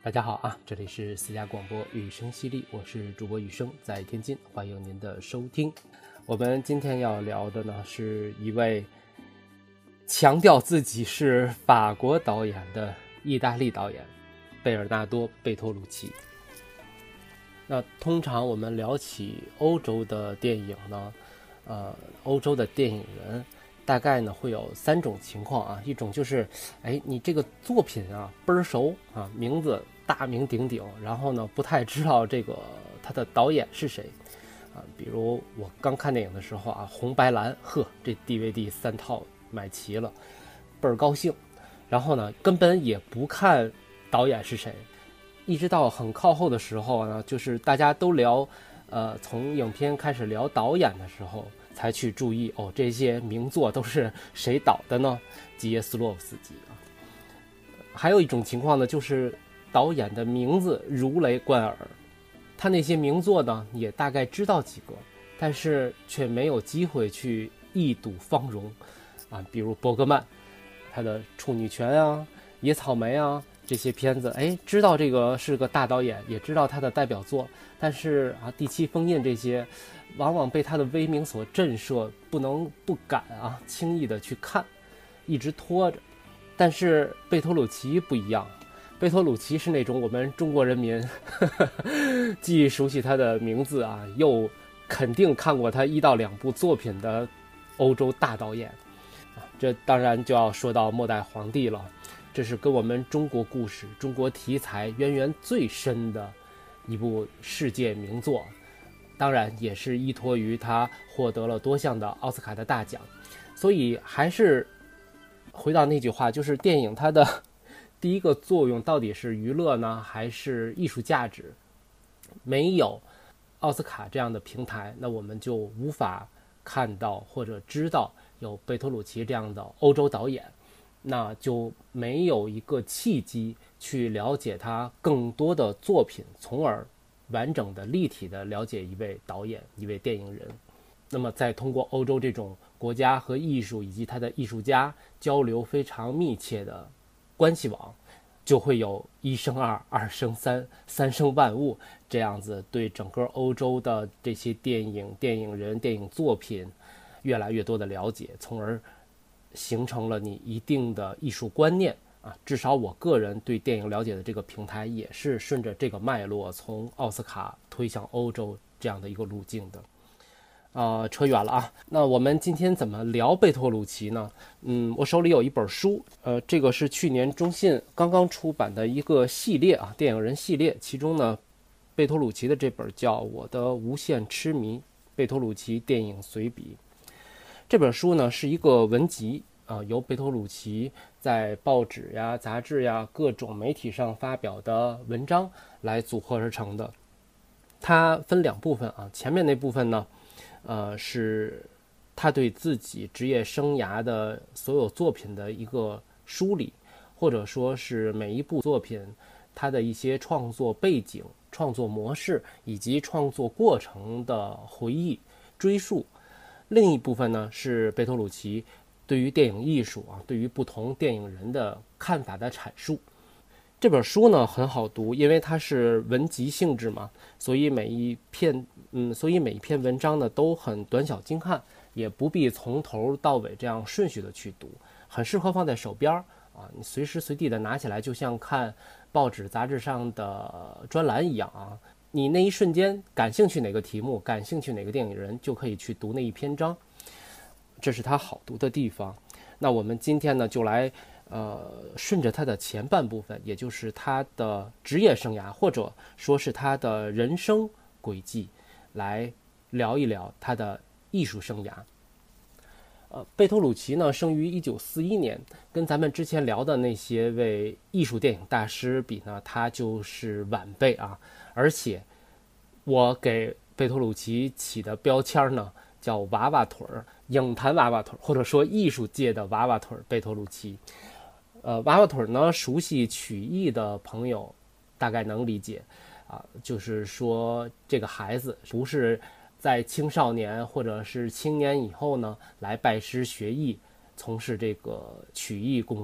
大家好啊，这里是私家广播雨声犀利，我是主播雨声，在天津，欢迎您的收听。我们今天要聊的呢，是一位强调自己是法国导演的意大利导演贝尔纳多·贝托鲁奇。那通常我们聊起欧洲的电影呢，欧洲的电影人大概呢会有3种情况啊，一种就是，你这个作品啊倍儿熟啊，名字大名鼎鼎，然后呢不太知道这个他的导演是谁啊。比如我刚看电影的时候啊，红白蓝，这 DVD 3套买齐了，倍儿高兴。然后呢根本也不看导演是谁，一直到很靠后的时候呢，就是大家都聊，从影片开始聊导演的时候，才去注意这些名作都是谁导的呢？吉耶斯洛夫斯基啊。还有一种情况呢，就是导演的名字如雷贯耳，他那些名作呢也大概知道几个，但是却没有机会去一睹芳容啊。比如伯格曼，他的《处女泉》啊、《野草莓》啊这些片子，知道这个是个大导演，也知道他的代表作，但是啊，《第七封印》这些往往被他的威名所震慑，不敢啊轻易的去看，一直拖着。但是贝托鲁奇不一样，贝托鲁奇是那种我们中国人民既熟悉他的名字啊，又肯定看过他1到2部作品的欧洲大导演。这当然就要说到《末代皇帝》了，这是跟我们中国故事、中国题材渊源最深的一部世界名作，当然也是依托于他获得了多项的奥斯卡的大奖。所以还是回到那句话，就是电影它的第一个作用到底是娱乐呢，还是艺术价值？没有奥斯卡这样的平台，那我们就无法看到或者知道有贝托鲁奇这样的欧洲导演，那就没有一个契机去了解他更多的作品，从而完整的立体的了解一位导演、一位电影人。那么再通过欧洲这种国家和艺术以及他的艺术家交流非常密切的关系网，就会有1生2，2生3，3生万物，这样子对整个欧洲的这些电影、电影人、电影作品越来越多的了解，从而形成了你一定的艺术观念啊。至少我个人对电影了解的这个平台也是顺着这个脉络，从奥斯卡推向欧洲这样的一个路径的。扯远了啊。那我们今天怎么聊贝托鲁奇呢？我手里有一本书，这个是去年中信刚刚出版的一个系列啊，电影人系列，其中呢，贝托鲁奇的这本叫《我的无限痴迷：贝托鲁奇电影随笔》。这本书呢是一个文集由贝托鲁奇在报纸呀、杂志呀、各种媒体上发表的文章来组合而成的。它分2部分啊，前面那部分呢，是他对自己职业生涯的所有作品的一个梳理，或者说是每一部作品他的一些创作背景、创作模式以及创作过程的回忆追溯。另一部分呢是贝托鲁奇对于电影艺术啊，对于不同电影人的看法的阐述。这本书呢很好读，因为它是文集性质嘛，所以每一篇文章呢都很短小精悍，也不必从头到尾这样顺序的去读，很适合放在手边啊，你随时随地的拿起来，就像看报纸杂志上的专栏一样啊。你那一瞬间感兴趣哪个题目，感兴趣哪个电影人，就可以去读那一篇章，这是它好读的地方。那我们今天呢就来顺着他的前半部分，也就是他的职业生涯，或者说是他的人生轨迹，来聊一聊他的艺术生涯。贝托鲁奇呢生于1941年，跟咱们之前聊的那些位艺术电影大师比呢，他就是晚辈啊。而且我给贝托鲁奇起的标签呢叫娃娃腿儿，影坛娃娃腿儿，或者说艺术界的娃娃腿儿贝托鲁奇。娃娃腿儿呢，熟悉曲艺的朋友大概能理解啊，就是说这个孩子不是在青少年或者是青年以后呢来拜师学艺，从事这个曲艺工作，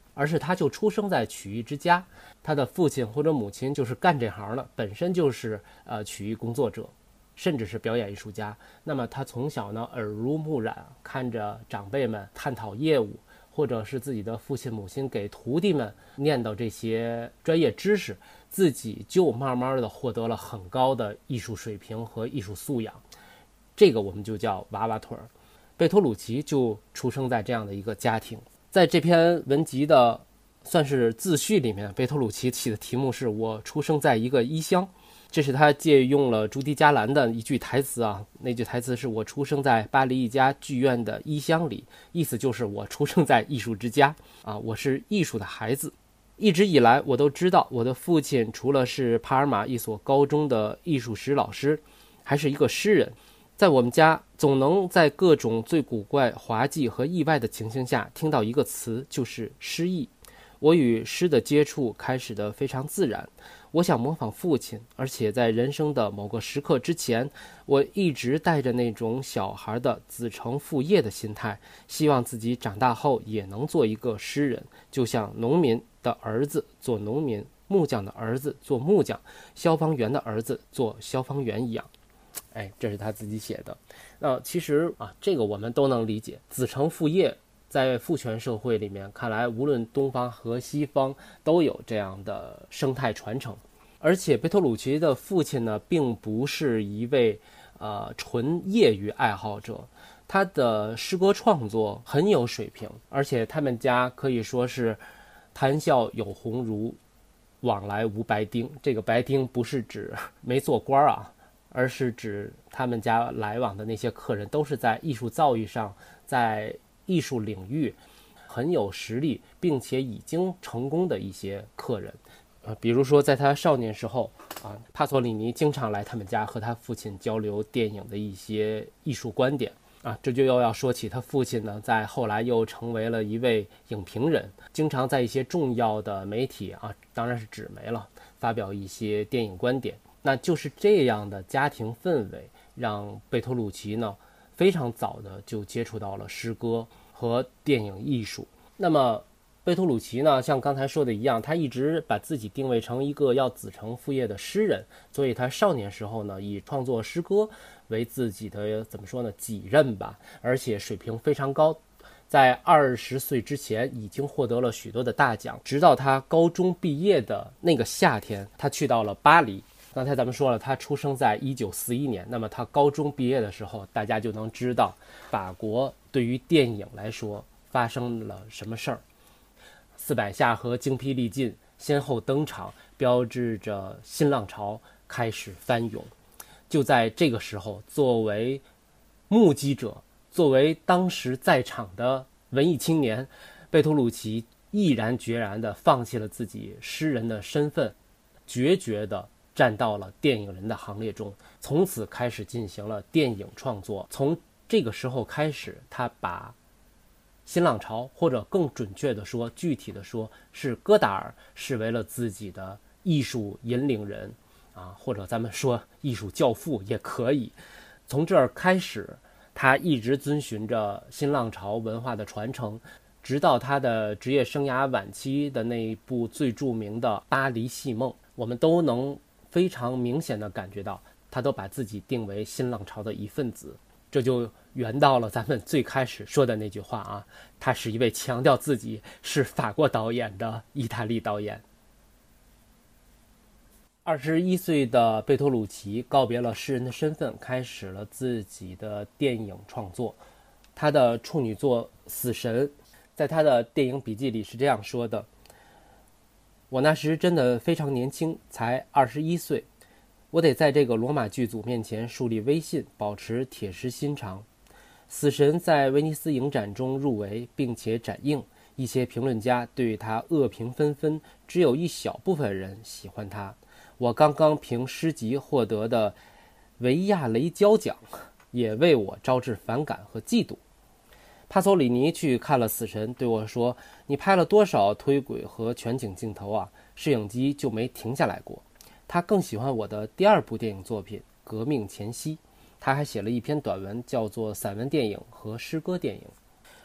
而是他就出生在曲艺之家，他的父亲或者母亲就是干这行的，本身就是曲艺工作者，甚至是表演艺术家。那么他从小呢耳濡目染，看着长辈们探讨业务，或者是自己的父亲母亲给徒弟们念叨这些专业知识，自己就慢慢的获得了很高的艺术水平和艺术素养。这个我们就叫娃娃腿儿。贝托鲁奇就出生在这样的一个家庭。在这篇文集的算是自序里面，贝托鲁奇起的题目是我出生在一个异乡，这是他借用了朱迪加兰的一句台词啊，那句台词是我出生在巴黎一家剧院的异乡里，意思就是我出生在艺术之家啊，我是艺术的孩子。一直以来我都知道，我的父亲除了是帕尔马一所高中的艺术史老师，还是一个诗人。在我们家总能在各种最古怪、滑稽和意外的情形下听到一个词，就是诗意。我与诗的接触开始得非常自然，我想模仿父亲，而且在人生的某个时刻之前，我一直带着那种小孩的子承父业的心态，希望自己长大后也能做一个诗人，就像农民的儿子做农民，木匠的儿子做木匠，消防员的儿子做消防员一样。这是他自己写的。其实这个我们都能理解，子承父业在父权社会里面，看来无论东方和西方都有这样的生态传承。而且贝托鲁奇的父亲呢，并不是一位纯业余爱好者，他的诗歌创作很有水平，而且他们家可以说是谈笑有鸿儒，往来无白丁。这个白丁不是指没做官啊，而是指他们家来往的那些客人都是在艺术造诣上，在艺术领域很有实力，并且已经成功的一些客人。比如说在他少年时候帕索里尼经常来他们家和他父亲交流电影的一些艺术观点这就又要说起他父亲呢，在后来又成为了一位影评人，经常在一些重要的媒体当然是纸媒了，发表一些电影观点。那就是这样的家庭氛围，让贝托鲁奇呢非常早的就接触到了诗歌和电影艺术。那么贝托鲁奇呢，像刚才说的一样，他一直把自己定位成一个要子承父业的诗人，所以他少年时候呢，以创作诗歌为自己的怎么说呢己任吧，而且水平非常高。在20岁之前已经获得了许多的大奖，直到他高中毕业的那个夏天，他去到了巴黎。刚才咱们说了，他出生在1941年，那么他高中毕业的时候，大家就能知道法国对于电影来说发生了什么事儿。四百下和精疲力尽先后登场，标志着新浪潮开始翻涌。就在这个时候，作为目击者，作为当时在场的文艺青年，贝托鲁奇毅然决然地放弃了自己诗人的身份，决绝地站到了电影人的行列中，从此开始进行了电影创作。从这个时候开始，他把新浪潮，或者更准确的说，具体的说，是戈达尔视为了自己的艺术引领人或者咱们说艺术教父也可以。从这儿开始，他一直遵循着新浪潮文化的传承，直到他的职业生涯晚期的那一部最著名的《巴黎戏梦》，我们都能非常明显的感觉到，他都把自己定为新浪潮的一份子。这就圆到了咱们最开始说的那句话他是一位强调自己是法国导演的意大利导演。21岁的贝托鲁奇告别了诗人的身份，开始了自己的电影创作。他的处女作《死神》在他的电影笔记里是这样说的：我那时真的非常年轻，才21岁，我得在这个罗马剧组面前树立威信，保持铁石心肠。死神在威尼斯影展中入围并且展映，一些评论家对他恶评纷纷，只有一小部分人喜欢他。我刚刚凭诗集获得的维亚雷焦奖也为我招致反感和嫉妒。帕索里尼去看了死神，对我说，你拍了多少推轨和全景镜头啊，摄影机就没停下来过。他更喜欢我的第二部电影作品《革命前夕》，他还写了一篇短文，叫做《散文电影和诗歌电影》。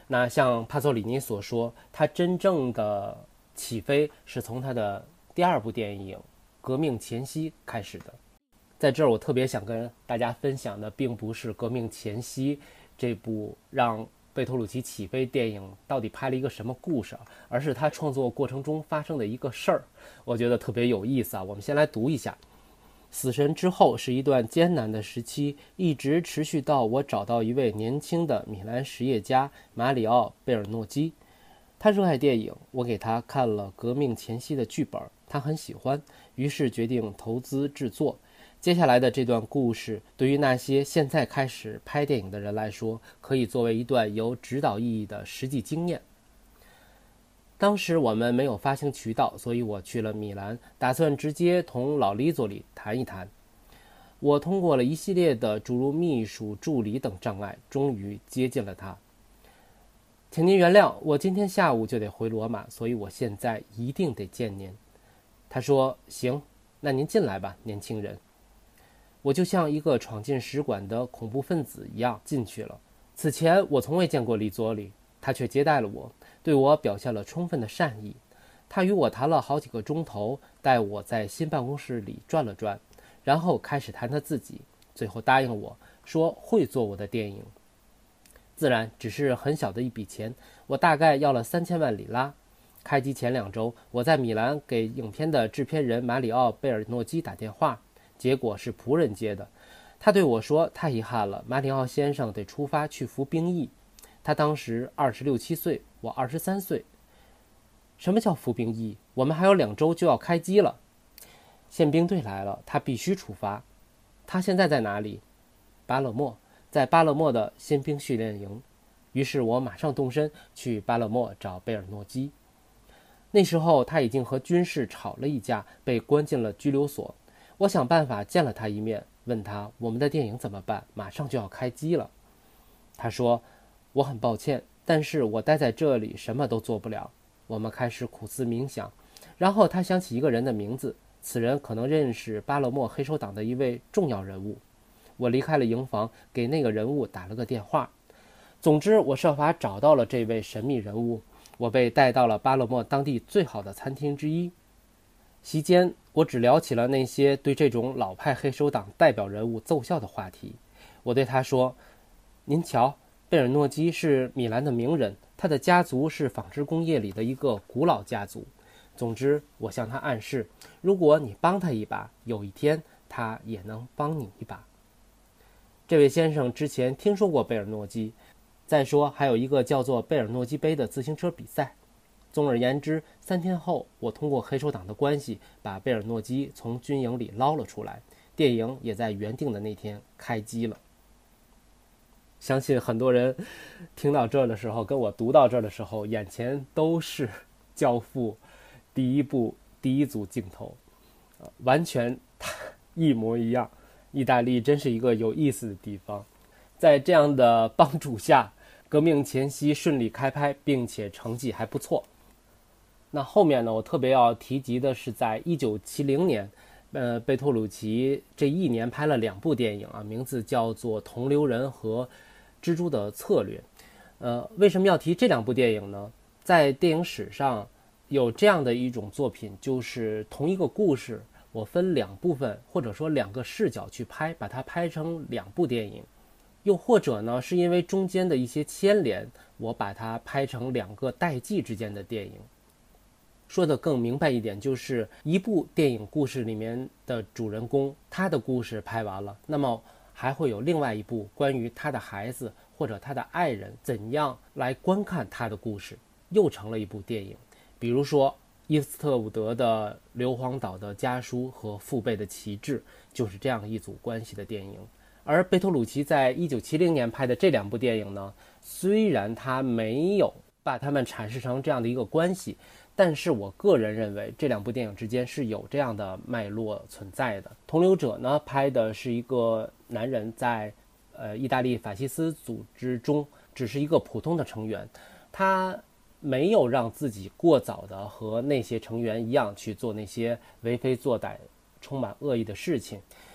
那像帕索里尼所说，他真正的起飞是从他的第2部电影《革命前夕》开始的。在这儿我特别想跟大家分享的并不是《革命前夕》这部让贝托鲁奇起飞电影到底拍了一个什么故事，而是他创作过程中发生的一个事儿，我觉得特别有意思啊。我们先来读一下。死神之后是一段艰难的时期，一直持续到我找到一位年轻的米兰实业家马里奥·贝尔诺基。他热爱电影，我给他看了《革命前夕》的剧本，他很喜欢，于是决定投资制作。接下来的这段故事，对于那些现在开始拍电影的人来说，可以作为一段有指导意义的实际经验。当时我们没有发行渠道，所以我去了米兰，打算直接同老利佐里谈一谈。我通过了一系列的诸如秘书、助理等障碍，终于接近了他。请您原谅，我今天下午就得回罗马，所以我现在一定得见您。他说：行，那您进来吧，年轻人。我就像一个闯进使馆的恐怖分子一样进去了。此前我从未见过利佐里，他却接待了我，对我表现了充分的善意。他与我谈了好几个钟头，带我在新办公室里转了转，然后开始谈他自己，最后答应我说会做我的电影。自然只是很小的一笔钱，我大概要了3000万里拉。开机前2周，我在米兰给影片的制片人马里奥·贝尔诺基打电话，结果是仆人接的。他对我说，太遗憾了，马里奥先生得出发去服兵役。他当时26、7岁，我23岁。什么叫服兵役？我们还有2周就要开机了。宪兵队来了，他必须出发。他现在在哪里？巴勒莫，在巴勒莫的宪兵训练营。于是我马上动身去巴勒莫找贝尔诺基。那时候他已经和军士吵了一架，被关进了拘留所。我想办法见了他一面，问他我们的电影怎么办，马上就要开机了。他说，我很抱歉，但是我待在这里什么都做不了。我们开始苦思冥想，然后他想起一个人的名字，此人可能认识巴勒莫黑手党的一位重要人物。我离开了营房，给那个人物打了个电话。总之我设法找到了这位神秘人物，我被带到了巴勒莫当地最好的餐厅之一。席间我只聊起了那些对这种老派黑手党代表人物奏效的话题。我对他说，您瞧，贝尔诺基是米兰的名人，他的家族是纺织工业里的一个古老家族。总之我向他暗示，如果你帮他一把，有一天他也能帮你一把。这位先生之前听说过贝尔诺基，再说还有一个叫做贝尔诺基杯的自行车比赛。总而言之，3天后我通过黑手党的关系把贝尔诺基从军营里捞了出来，电影也在原定的那天开机了。相信很多人听到这儿的时候，跟我读到这儿的时候，眼前都是《教父》第一组镜头，完全一模一样。意大利真是一个有意思的地方。在这样的帮助下，革命前夕顺利开拍，并且成绩还不错。那后面呢，我特别要提及的是，在1970年，贝托鲁奇这一年拍了2部电影啊，名字叫做《同流人》和《蜘蛛的策略》。为什么要提这2部电影呢？在电影史上有这样的一种作品，就是同一个故事，我分2部分，或者说2个视角去拍，把它拍成2部电影。又或者呢，是因为中间的一些牵连，我把它拍成2个代际之间的电影。说得更明白一点，就是一部电影故事里面的主人公，他的故事拍完了，那么还会有另外一部关于他的孩子或者他的爱人怎样来观看他的故事，又成了一部电影。比如说伊斯特伍德的《硫磺岛的家书》和《父辈的旗帜》就是这样一组关系的电影。而贝托鲁奇在1970年拍的这2部电影呢，虽然他没有把他们阐释成这样的一个关系，但是我个人认为这2部电影之间是有这样的脉络存在的。同流者呢，拍的是一个男人在意大利法西斯组织中只是一个普通的成员，他没有让自己过早的和那些成员一样去做那些为非作歹充满恶意的事情。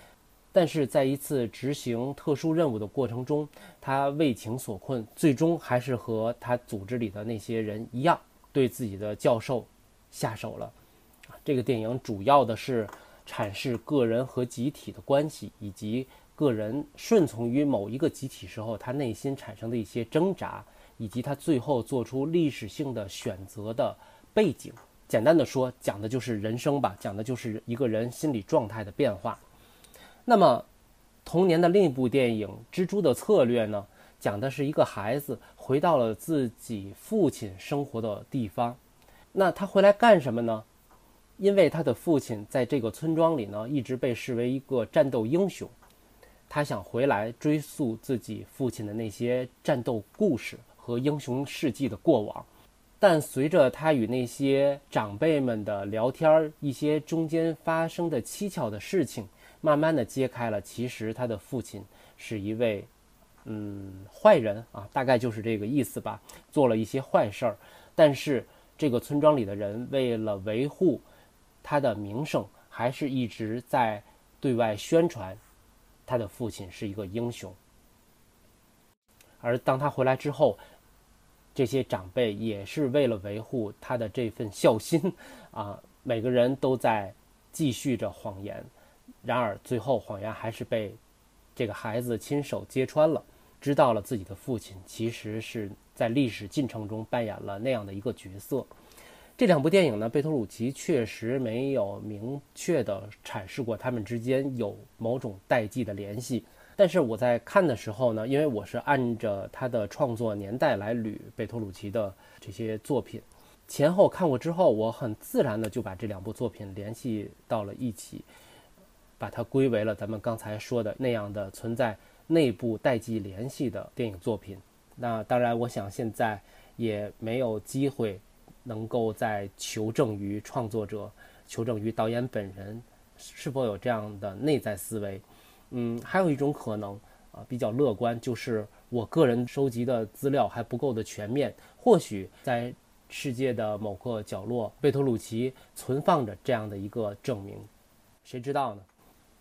但是在一次执行特殊任务的过程中，他为情所困，最终还是和他组织里的那些人一样，对自己的教授下手了。这个电影主要的是阐释个人和集体的关系，以及个人顺从于某一个集体时候他内心产生的一些挣扎，以及他最后做出历史性的选择的背景。简单的说，讲的就是人生吧，讲的就是一个人心理状态的变化。那么同年的另一部电影《蜘蛛的策略》呢，讲的是一个孩子回到了自己父亲生活的地方。那他回来干什么呢？因为他的父亲在这个村庄里呢，一直被视为一个战斗英雄，他想回来追溯自己父亲的那些战斗故事和英雄事迹的过往。但随着他与那些长辈们的聊天，一些中间发生的蹊跷的事情慢慢的揭开了，其实他的父亲是一位坏人啊，大概就是这个意思吧，做了一些坏事儿。但是这个村庄里的人为了维护他的名声，还是一直在对外宣传他的父亲是一个英雄。而当他回来之后，这些长辈也是为了维护他的这份孝心每个人都在继续着谎言。然而最后谎言还是被这个孩子亲手揭穿了，知道了自己的父亲其实是在历史进程中扮演了那样的一个角色。这两部电影呢，贝托鲁奇确实没有明确的阐释过他们之间有某种代际的联系，但是我在看的时候呢，因为我是按着他的创作年代来捋贝托鲁奇的这些作品，前后看过之后，我很自然的就把这两部作品联系到了一起，把它归为了咱们刚才说的那样的存在内部代际联系的电影作品。那当然我想现在也没有机会能够再求证于创作者，求证于导演本人是否有这样的内在思维。还有一种可能比较乐观，就是我个人收集的资料还不够的全面，或许在世界的某个角落，贝托鲁奇存放着这样的一个证明，谁知道呢？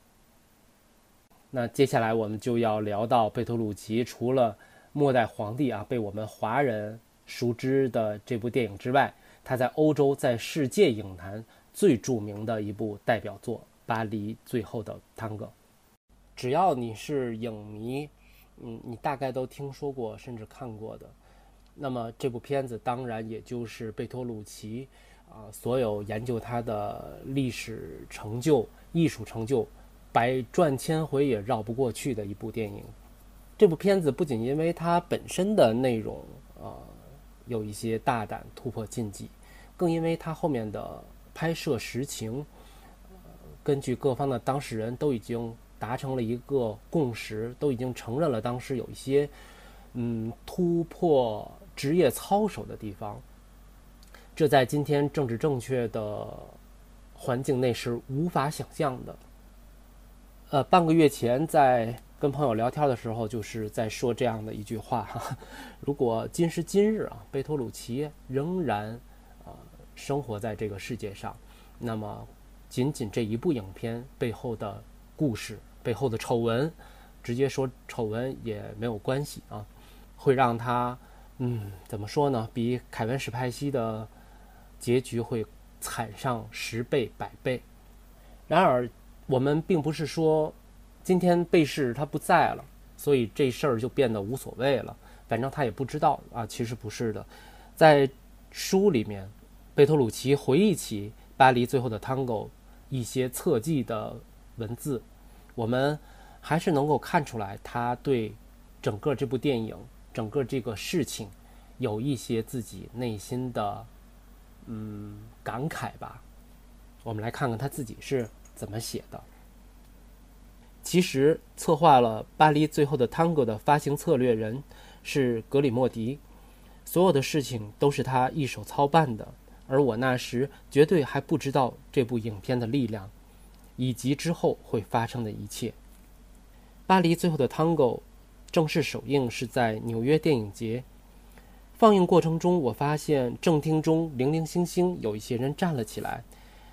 那接下来我们就要聊到贝托鲁奇除了末代皇帝被我们华人熟知的这部电影之外，他在欧洲在世界影坛最著名的一部代表作《巴黎最后的探戈》。只要你是影迷，你大概都听说过甚至看过的。那么这部片子当然也就是贝托鲁奇所有研究他的历史成就、艺术成就百转千回也绕不过去的一部电影。这部片子不仅因为它本身的内容有一些大胆突破禁忌，更因为它后面的拍摄实情根据各方的当事人都已经达成了一个共识，都已经承认了当时有一些突破职业操守的地方，这在今天政治正确的环境内是无法想象的。半个月前在跟朋友聊天的时候，就是在说这样的一句话如果今时今日贝托鲁奇仍然生活在这个世界上，那么仅仅这一部影片背后的故事，背后的丑闻，直接说丑闻也没有关系会让他怎么说呢，比凯文史派西的结局会惨上10倍100倍。然而我们并不是说今天贝氏他不在了，所以这事儿就变得无所谓了，反正他也不知道其实不是的。在书里面，贝托鲁奇回忆起巴黎最后的探戈一些侧记的文字，我们还是能够看出来他对整个这部电影，整个这个事情有一些自己内心的感慨吧。我们来看看他自己是怎么写的。其实策划了巴黎最后的探戈的发行策略人是格里莫迪，所有的事情都是他一手操办的，而我那时绝对还不知道这部影片的力量以及之后会发生的一切。巴黎最后的探戈正式首映是在纽约电影节，放映过程中我发现正厅中零零星星有一些人站了起来，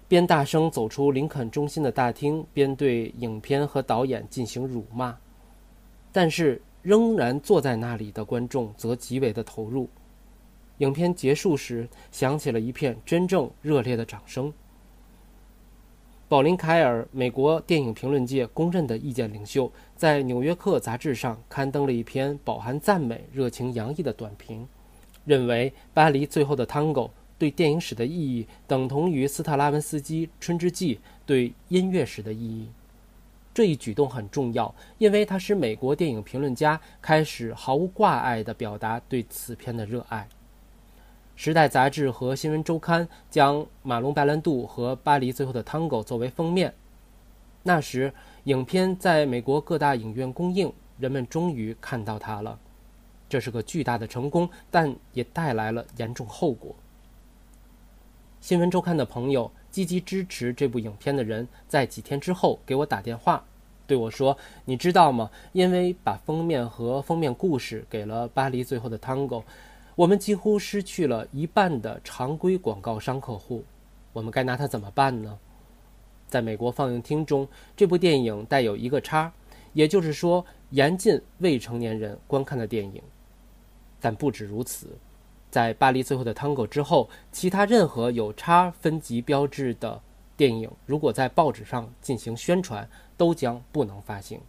边大声走出林肯中心的大厅，边对影片和导演进行辱骂。但是仍然坐在那里的观众则极为的投入。影片结束时，响起了一片真正热烈的掌声。保琳·凯尔，美国电影评论界公认的意见领袖，在《纽约客》杂志上刊登了一篇饱含赞美、热情洋溢的短评，认为《巴黎最后的探戈》对电影史的意义等同于斯特拉文斯基《春之祭》对音乐史的意义。这一举动很重要，因为它使美国电影评论家开始毫无挂碍地表达对此片的热爱。《时代》杂志和《新闻周刊》将马龙·白兰度和《巴黎最后的探戈》作为封面。那时，影片在美国各大影院公映，人们终于看到它了。这是个巨大的成功，但也带来了严重后果。《新闻周刊》的朋友，积极支持这部影片的人，在几天之后给我打电话，对我说：“你知道吗？因为把封面和封面故事给了《巴黎最后的探戈》，我们几乎失去了一半的常规广告商客户，我们该拿它怎么办呢？”在美国放映厅中，这部电影带有一个叉，也就是说严禁未成年人观看的电影。但不止如此，在《巴黎最后的探戈》之后，其他任何有叉分级标志的电影，如果在报纸上进行宣传，都将不能发行。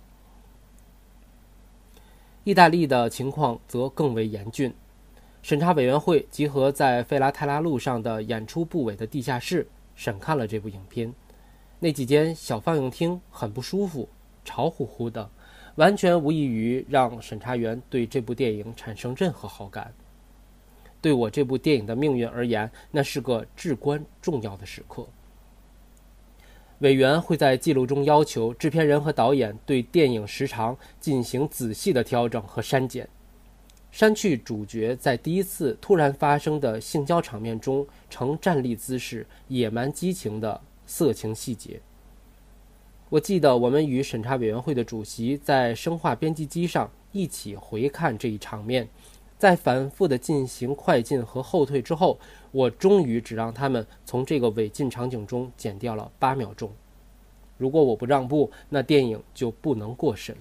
意大利的情况则更为严峻。审查委员会集合在费拉泰拉路上的演出部委的地下室，审看了这部影片。那几间小放映厅很不舒服，潮乎乎的，完全无异于让审查员对这部电影产生任何好感。对我这部电影的命运而言，那是个至关重要的时刻。委员会在记录中要求制片人和导演对电影时长进行仔细的调整和删减，删去主角在第一次突然发生的性交场面中呈站立姿势野蛮激情的色情细节。我记得我们与审查委员会的主席在声画编辑机上一起回看这一场面，在反复的进行快进和后退之后，我终于只让他们从这个违禁场景中减掉了8秒钟。如果我不让步，那电影就不能过审。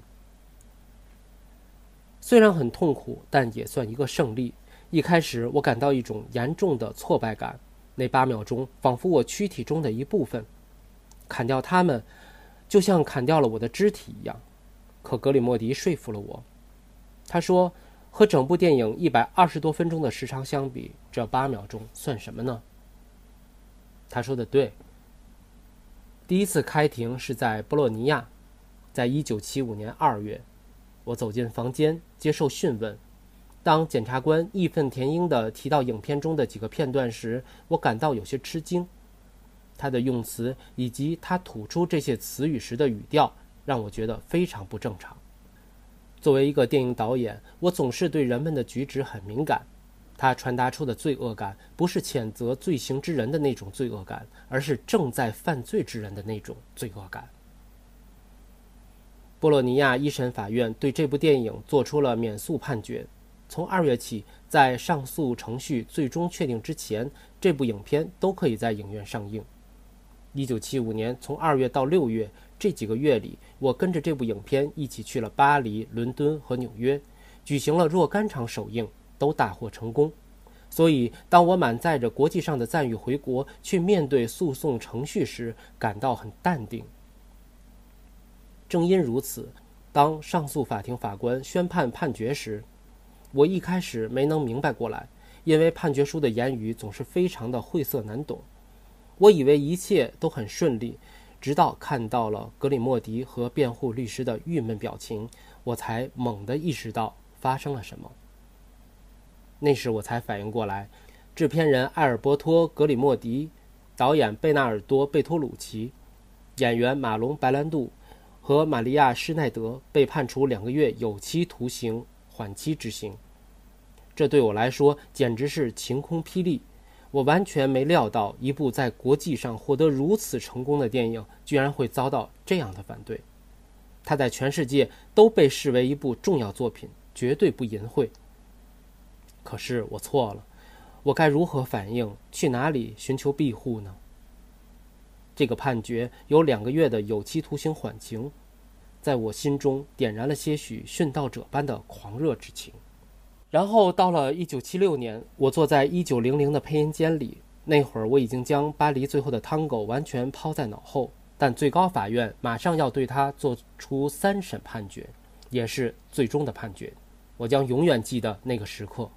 虽然很痛苦，但也算一个胜利。一开始我感到一种严重的挫败感，那8秒钟仿佛我躯体中的一部分，砍掉它们就像砍掉了我的肢体一样。可格里莫迪说服了我，他说，和整部电影120多分钟的时长相比，这8秒钟算什么呢？他说的对。第一次开庭是在波洛尼亚，在1975年2月。我走进房间接受讯问，当检察官义愤填膺地提到影片中的几个片段时，我感到有些吃惊。他的用词以及他吐出这些词语时的语调让我觉得非常不正常。作为一个电影导演，我总是对人们的举止很敏感。他传达出的罪恶感不是谴责罪行之人的那种罪恶感，而是正在犯罪之人的那种罪恶感。波洛尼亚一审法院对这部电影做出了免诉判决，从2月起，在上诉程序最终确定之前，这部影片都可以在影院上映。1975年从2月到6月这几个月里，我跟着这部影片一起去了巴黎、伦敦和纽约，举行了若干场首映，都大获成功。所以当我满载着国际上的赞誉回国，去面对诉讼程序时，感到很淡定。正因如此，当上诉法庭法官宣判判决时，我一开始没能明白过来，因为判决书的言语总是非常的晦涩难懂。我以为一切都很顺利，直到看到了格里莫迪和辩护律师的郁闷表情，我才猛地意识到发生了什么。那时我才反应过来，制片人埃尔伯托·格里莫迪、导演贝纳尔多·贝托鲁奇、演员马龙·白兰度和玛利亚·施耐德被判处2个月有期徒刑，缓期执行。这对我来说简直是晴空霹雳，我完全没料到一部在国际上获得如此成功的电影居然会遭到这样的反对。它在全世界都被视为一部重要作品，绝对不淫秽。可是我错了，我该如何反应？去哪里寻求庇护呢？ 这个判决有2个月的有期徒刑缓刑，在我心中点燃了些许殉道者般的狂热之情。然后到了1976年，我坐在1900的配音间里，那会儿我已经将巴黎最后的探戈完全抛在脑后，但最高法院马上要对他做出3审判决，也是最终的判决。我将永远记得那个时刻。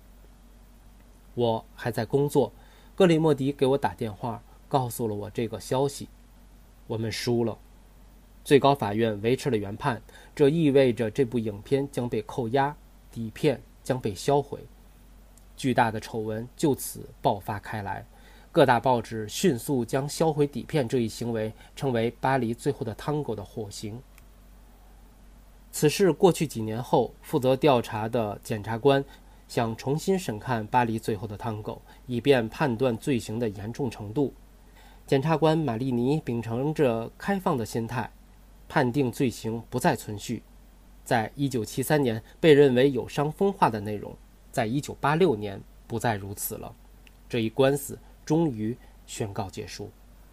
我还在工作，格里莫迪给我打电话，告诉了我这个消息：我们输了。最高法院维持了原判，这意味着这部影片将被扣押，底片将被销毁。巨大的丑闻就此爆发开来，各大报纸迅速将销毁底片这一行为称为巴黎最后的探戈的火刑。此事过去几年后，负责调查的检察官想重新审看巴黎最后的探戈，以便判断罪行的严重程度。检察官马利尼秉承着开放的心态，判定罪行不再存续。在1973年被认为有伤风化的内容，在1986年不再如此了。这一官司终于宣告结束。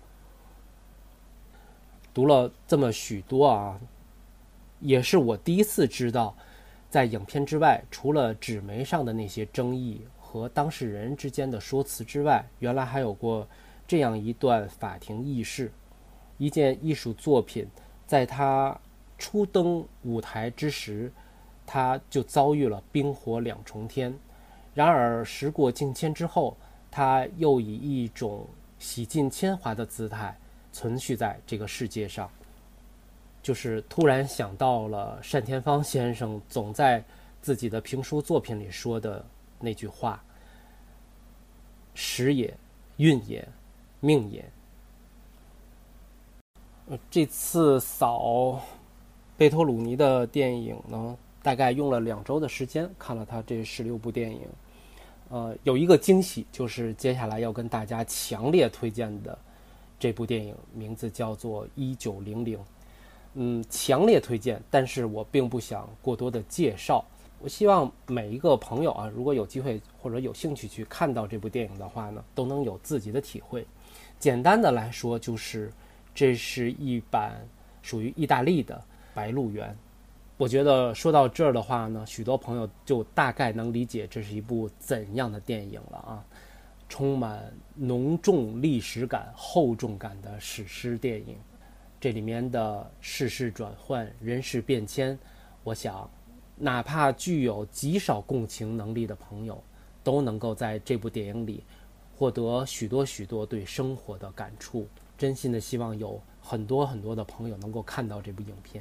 读了这么许多也是我第一次知道，在影片之外，除了纸媒上的那些争议和当事人之间的说辞之外，原来还有过这样一段法庭轶事。一件艺术作品在它初登舞台之时，它就遭遇了冰火两重天。然而时过境迁之后，它又以一种洗尽铅华的姿态存续在这个世界上。就是突然想到了单田芳先生总在自己的评书作品里说的那句话：时也，运也，命也。这次扫贝托鲁尼的电影呢，大概用了2周的时间看了他这16部电影。有一个惊喜，就是接下来要跟大家强烈推荐的这部电影，名字叫做《1900》。强烈推荐，但是我并不想过多的介绍。我希望每一个朋友如果有机会或者有兴趣去看到这部电影的话呢，都能有自己的体会。简单的来说，就是这是一版属于意大利的《白鹿原》。我觉得说到这儿的话呢，许多朋友就大概能理解这是一部怎样的电影了充满浓重历史感、厚重感的史诗电影。这里面的世事转换、人事变迁，我想哪怕具有极少共情能力的朋友，都能够在这部电影里获得许多许多对生活的感触。真心的希望有很多很多的朋友能够看到这部影片。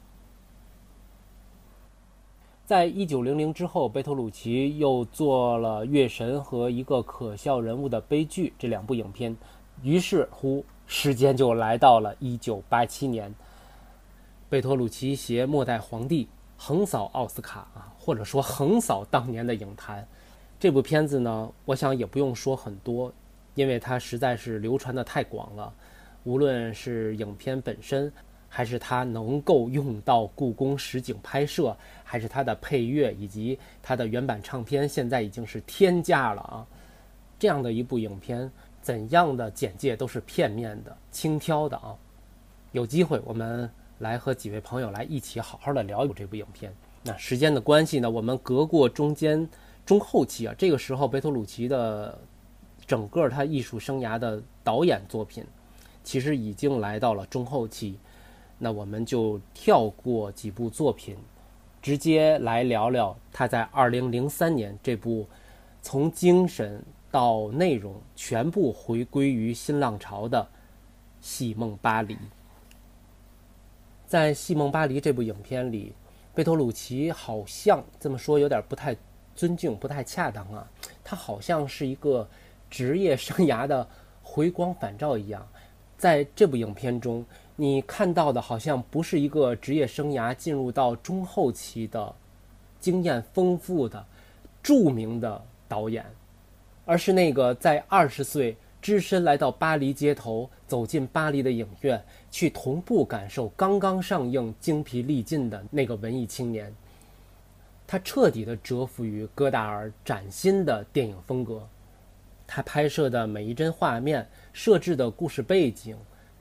在1900之后，贝托鲁奇又做了《月神》和一个可笑人物的悲剧这2部影片，于是乎时间就来到了1987年，贝托鲁奇携《末代皇帝》横扫奥斯卡或者说横扫当年的影坛。这部片子呢，我想也不用说很多，因为它实在是流传的太广了。无论是影片本身，还是它能够用到故宫实景拍摄，还是它的配乐以及它的原版唱片，现在已经是天价了这样的一部影片，怎样的简介都是片面的、轻佻的有机会我们来和几位朋友来一起好好的聊这部影片。那时间的关系呢，我们隔过中后期这个时候贝托鲁奇的整个他艺术生涯的导演作品其实已经来到了中后期。那我们就跳过几部作品，直接来聊聊他在2003年这部从精神到内容全部回归于新浪潮的《戏梦巴黎》。在《戏梦巴黎》这部影片里，贝托鲁奇好像这么说有点不太尊敬、不太恰当他好像是一个职业生涯的回光返照一样。在这部影片中，你看到的好像不是一个职业生涯进入到中后期的经验丰富的著名的导演，而是那个在20岁只身来到巴黎街头，走进巴黎的影院，去同步感受刚刚上映精疲力尽的那个文艺青年。他彻底的折服于戈达尔崭新的电影风格，他拍摄的每一帧画面、设置的故事背景，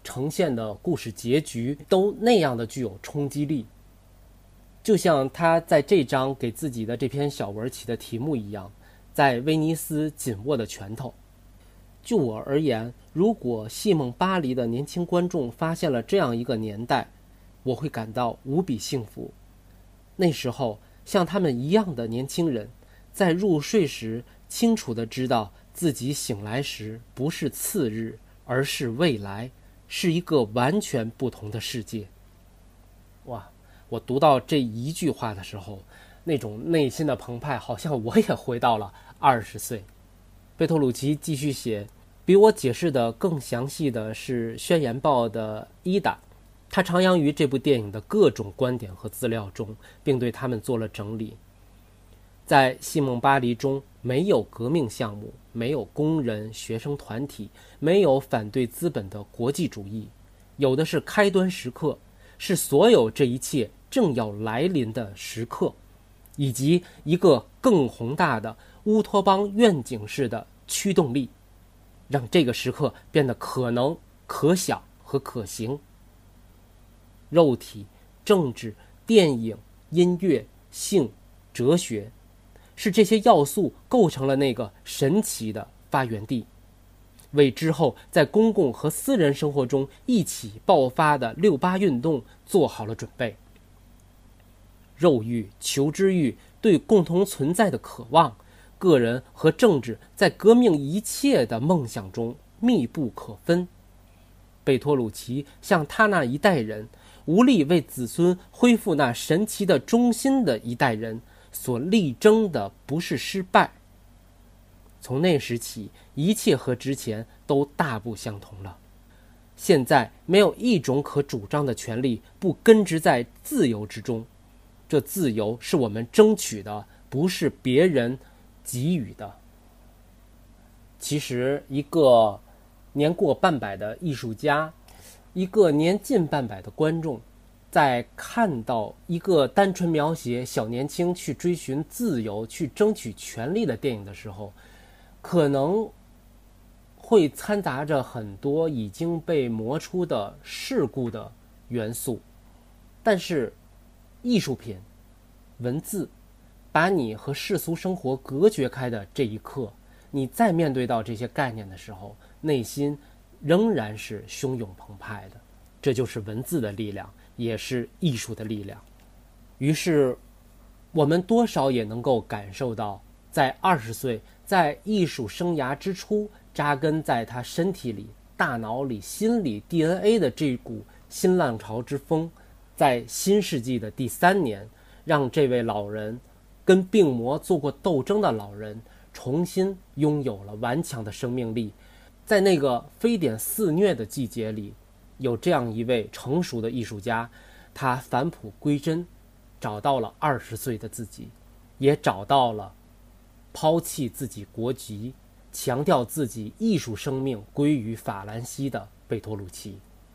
呈现的故事结局都那样的具有冲击力。就像他在这章给自己的这篇小文起的题目一样，在威尼斯紧握的拳头。就我而言，如果戏梦巴黎的年轻观众发现了这样一个年代，我会感到无比幸福。那时候像他们一样的年轻人，在入睡时清楚地知道自己醒来时不是次日，而是未来，是一个完全不同的世界。哇，我读到这一句话的时候，那种内心的澎湃，好像我也回到了20岁。贝托鲁奇继续写，比我解释的更详细的是《宣言报》的伊达，他徜徉于这部电影的各种观点和资料中，并对他们做了整理。在戏梦巴黎中，没有革命项目，没有工人学生团体，没有反对资本的国际主义，有的是开端时刻，是所有这一切正要来临的时刻，以及一个更宏大的乌托邦愿景式的驱动力，让这个时刻变得可能、可想和可行。肉体、政治、电影、音乐、性、哲学，是这些要素构成了那个神奇的发源地，为之后在公共和私人生活中一起爆发的68运动做好了准备。肉欲、求知欲、对共同存在的渴望，个人和政治在革命一切的梦想中密不可分。贝托鲁奇像他那一代人，无力为子孙恢复那神奇的中心的一代人所力争的不是失败。从那时起，一切和之前都大不相同了。现在没有一种可主张的权利不根植在自由之中，这自由是我们争取的，不是别人给予的。其实一个年过半百的艺术家，一个年近半百的观众，在看到一个单纯描写小年轻去追寻自由、去争取权利的电影的时候，可能会掺杂着很多已经被磨出的世故的元素。但是艺术品、文字把你和世俗生活隔绝开的这一刻，你再面对到这些概念的时候，内心仍然是汹涌澎湃的。这就是文字的力量，也是艺术的力量。于是我们多少也能够感受到，在20岁，在艺术生涯之初扎根在他身体里、大脑里、心里 DNA 的这股新浪潮之风，在新世纪的第3年，让这位老人跟病魔做过斗争的老人重新拥有了顽强的生命力。在那个非典肆虐的季节里，有这样一位成熟的艺术家，他返璞归真，找到了20岁的自己，也找到了抛弃自己国籍，强调自己艺术生命归于法兰西的贝托鲁奇。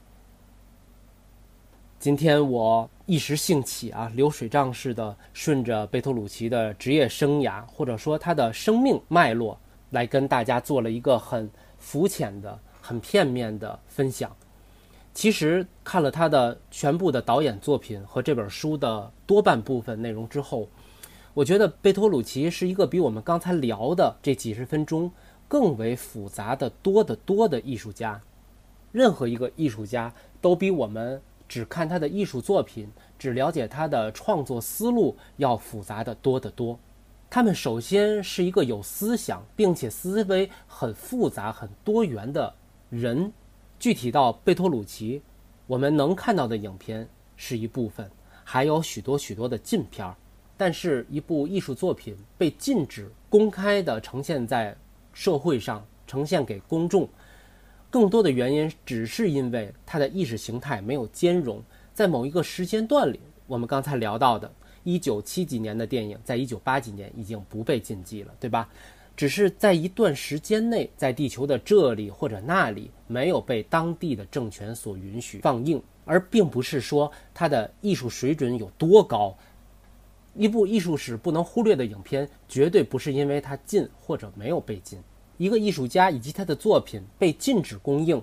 今天我一时兴起流水账似的顺着贝托鲁奇的职业生涯，或者说他的生命脉络，来跟大家做了一个很肤浅的、很片面的分享。其实看了他的全部的导演作品和这本书的多半部分内容之后，我觉得贝托鲁奇是一个比我们刚才聊的这几十分钟更为复杂的多得多的艺术家。任何一个艺术家都比我们只看他的艺术作品，只了解他的创作思路要复杂的多得多。他们首先是一个有思想并且思维很复杂很多元的人。具体到贝托鲁奇，我们能看到的影片是一部分，还有许多许多的禁片。但是一部艺术作品被禁止公开的呈现在社会上，呈现给公众，更多的原因只是因为它的意识形态没有兼容。在某一个时间段里，我们刚才聊到的1970几年的电影，在1980几年已经不被禁忌了，对吧？只是在一段时间内，在地球的这里或者那里没有被当地的政权所允许放映，而并不是说它的艺术水准有多高。一部艺术史不能忽略的影片，绝对不是因为它禁或者没有被禁。一个艺术家以及他的作品被禁止公映，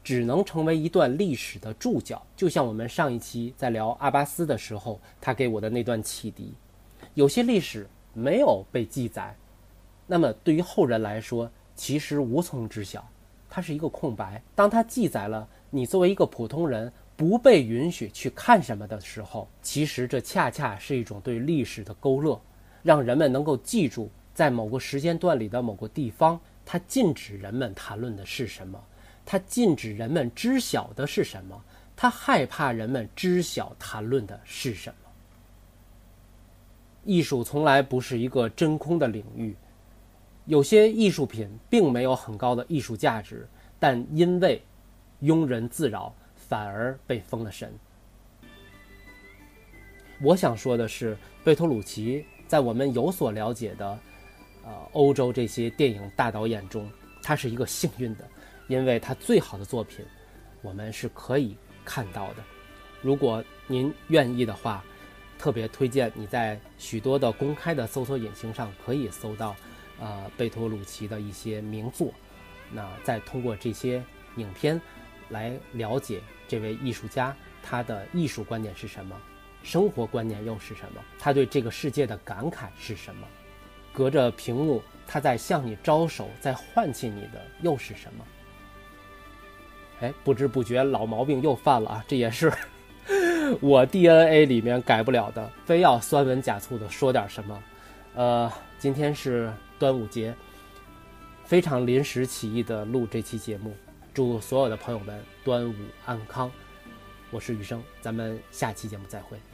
只能成为一段历史的注脚，就像我们上一期在聊阿巴斯的时候，他给我的那段启迪。有些历史没有被记载，那么对于后人来说，其实无从知晓，它是一个空白。当它记载了你作为一个普通人不被允许去看什么的时候，其实这恰恰是一种对历史的勾勒，让人们能够记住在某个时间段里的某个地方，它禁止人们谈论的是什么，它禁止人们知晓的是什么，它害怕人们知晓谈论的是什么。艺术从来不是一个真空的领域，有些艺术品并没有很高的艺术价值，但因为庸人自扰，反而被封了神。我想说的是，贝托鲁奇在我们有所了解的欧洲这些电影大导演中，他是一个幸运的，因为他最好的作品我们是可以看到的。如果您愿意的话，特别推荐你在许多的公开的搜索引擎上可以搜到贝托鲁奇的一些名作，那再通过这些影片来了解这位艺术家他的艺术观点是什么，生活观念又是什么，他对这个世界的感慨是什么，隔着屏幕他在向你招手，在唤起你的又是什么。不知不觉老毛病又犯了啊，这也是我 DNA 里面改不了的，非要酸文假醋的说点什么。今天是端午节，非常临时起意的录这期节目，祝所有的朋友们端午安康。我是雨生，咱们下期节目再会。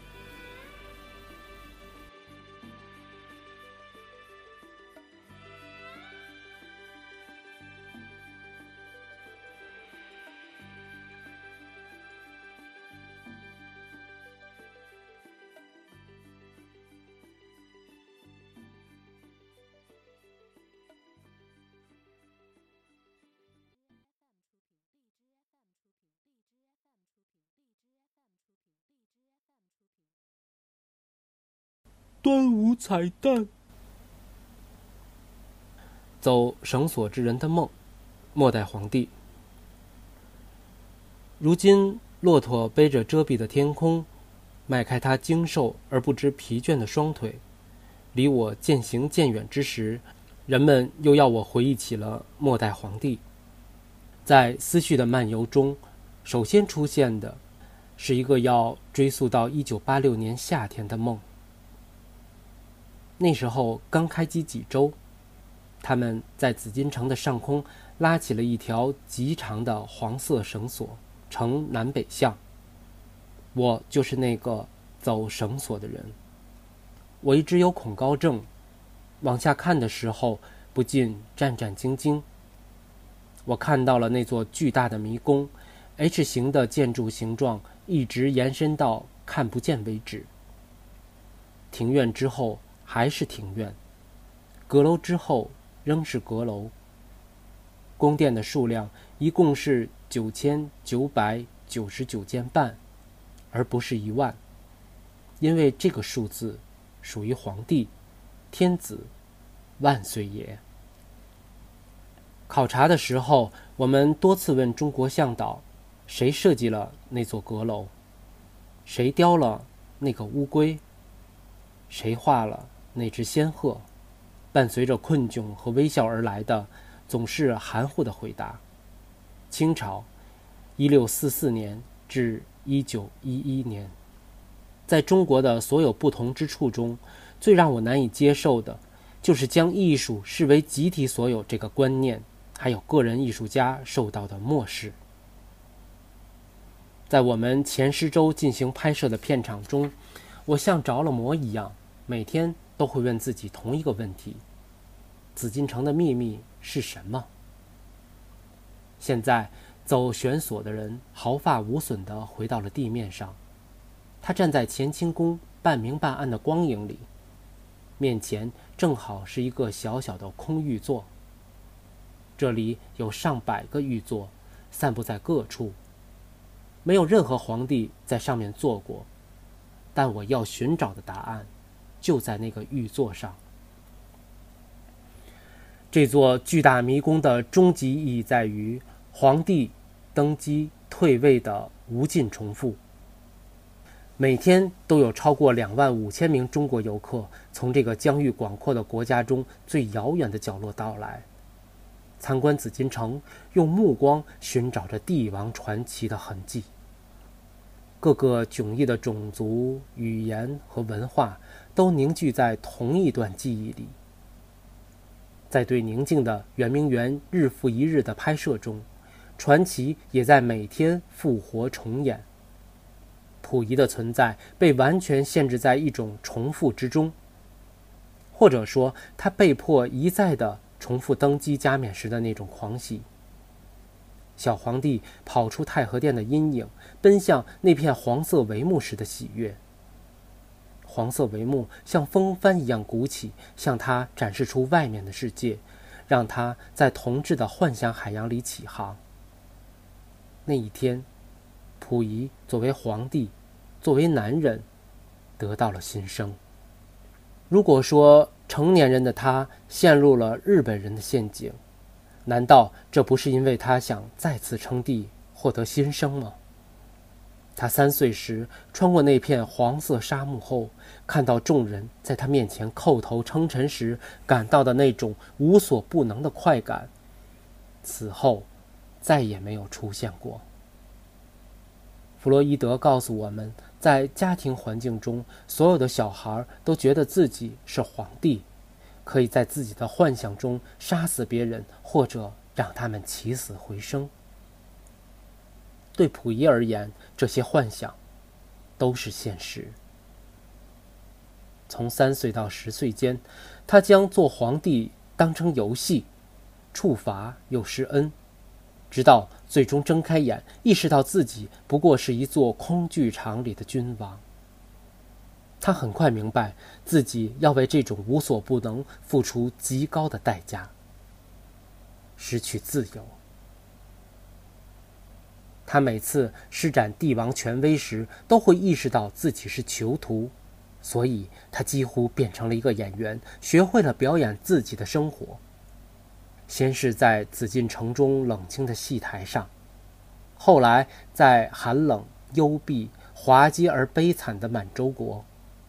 端午彩蛋。走绳索之人的梦，末代皇帝。如今骆驼背着遮蔽的天空，迈开他精瘦而不知疲倦的双腿，离我渐行渐远之时，人们又要我回忆起了末代皇帝。在思绪的漫游中，首先出现的是一个要追溯到1986年夏天的梦。那时候刚开机几周，他们在紫禁城的上空拉起了一条极长的黄色绳索，呈南北向。我就是那个走绳索的人。我一直有恐高症，往下看的时候不禁战战兢兢。我看到了那座巨大的迷宫， H 型的建筑形状一直延伸到看不见为止。庭院之后还是庭院，阁楼之后仍是阁楼。宫殿的数量一共是9999间半，而不是1万，因为这个数字属于皇帝、天子、万岁爷。考察的时候，我们多次问中国向导，谁设计了那座阁楼？谁雕了那个乌龟？谁画了那只仙鹤？伴随着困窘和微笑而来的，总是含糊的回答。清朝1644年至1911年。在中国的所有不同之处中，最让我难以接受的，就是将艺术视为集体所有这个观念，还有个人艺术家受到的漠视。在我们前10周进行拍摄的片场中，我像着了魔一样，每天都会问自己同一个问题：紫禁城的秘密是什么？现在走悬索的人毫发无损地回到了地面上，他站在乾清宫半明半暗的光影里，面前正好是一个小小的空玉座。这里有上百个玉座，散布在各处，没有任何皇帝在上面坐过，但我要寻找的答案就在那个玉座上。这座巨大迷宫的终极意义在于，皇帝登基、退位的无尽重复。每天都有超过25000名中国游客从这个疆域广阔的国家中最遥远的角落到来，参观紫禁城，用目光寻找着帝王传奇的痕迹。各个迥异的种族、语言和文化都凝聚在同一段记忆里。在对宁静的圆明园日复一日的拍摄中，传奇也在每天复活重演。溥仪的存在被完全限制在一种重复之中，或者说他被迫一再地重复登基加冕时的那种狂喜。小皇帝跑出太和殿的阴影，奔向那片黄色帷幕时的喜悦。黄色帷幕像风帆一样鼓起，向他展示出外面的世界，让他在同志的幻想海洋里起航。那一天，溥仪作为皇帝，作为男人，得到了新生。如果说成年人的他陷入了日本人的陷阱，难道这不是因为他想再次称帝，获得新生吗？他3岁时穿过那片黄色沙漠后，看到众人在他面前叩头称臣时感到的那种无所不能的快感，此后再也没有出现过。弗洛伊德告诉我们，在家庭环境中，所有的小孩都觉得自己是皇帝，可以在自己的幻想中杀死别人，或者让他们起死回生。对溥仪而言，这些幻想都是现实。从3岁到10岁间，他将做皇帝当成游戏，处罚又施恩，直到最终睁开眼，意识到自己不过是一座空剧场里的君王。他很快明白自己要为这种无所不能付出极高的代价，失去自由。他每次施展帝王权威时，都会意识到自己是囚徒，所以他几乎变成了一个演员，学会了表演自己的生活。先是在紫禁城中冷清的戏台上，后来在寒冷、幽闭、滑稽而悲惨的满洲国。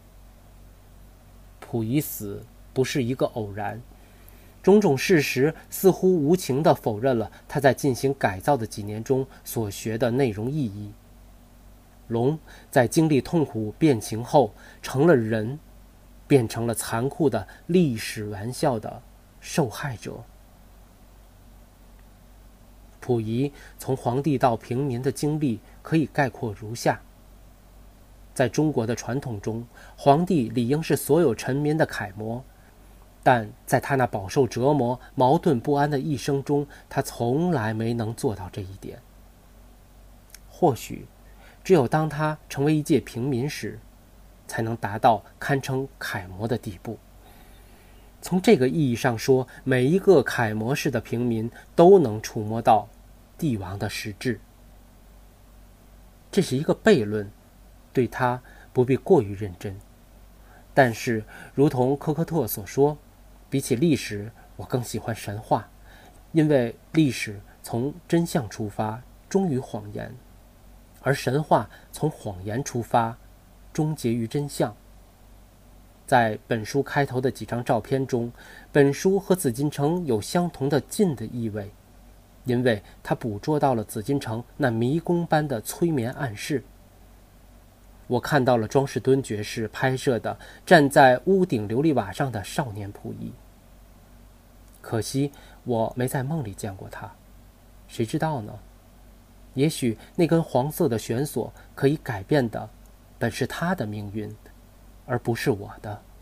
溥仪死不是一个偶然，种种事实似乎无情地否认了他在进行改造的几年中所学的内容意义。龙在经历痛苦变形后成了人，变成了残酷的历史玩笑的受害者。溥仪从皇帝到平民的经历可以概括如下：在中国的传统中，皇帝理应是所有臣民的楷模，但在他那饱受折磨、矛盾不安的一生中，他从来没能做到这一点。或许，只有当他成为一介平民时，才能达到堪称楷模的地步。从这个意义上说，每一个楷模式的平民都能触摸到帝王的实质。这是一个悖论，对他不必过于认真。但是，如同科克特所说，比起历史，我更喜欢神话，因为历史从真相出发，忠于谎言，而神话从谎言出发，终结于真相。在本书开头的几张照片中，本书和紫禁城有相同的近的意味，因为它捕捉到了紫禁城那迷宫般的催眠暗示。我看到了庄士敦爵士拍摄的站在屋顶琉璃瓦上的少年溥仪。可惜我没在梦里见过他，谁知道呢？也许那根黄色的悬索可以改变的本是他的命运，而不是我的。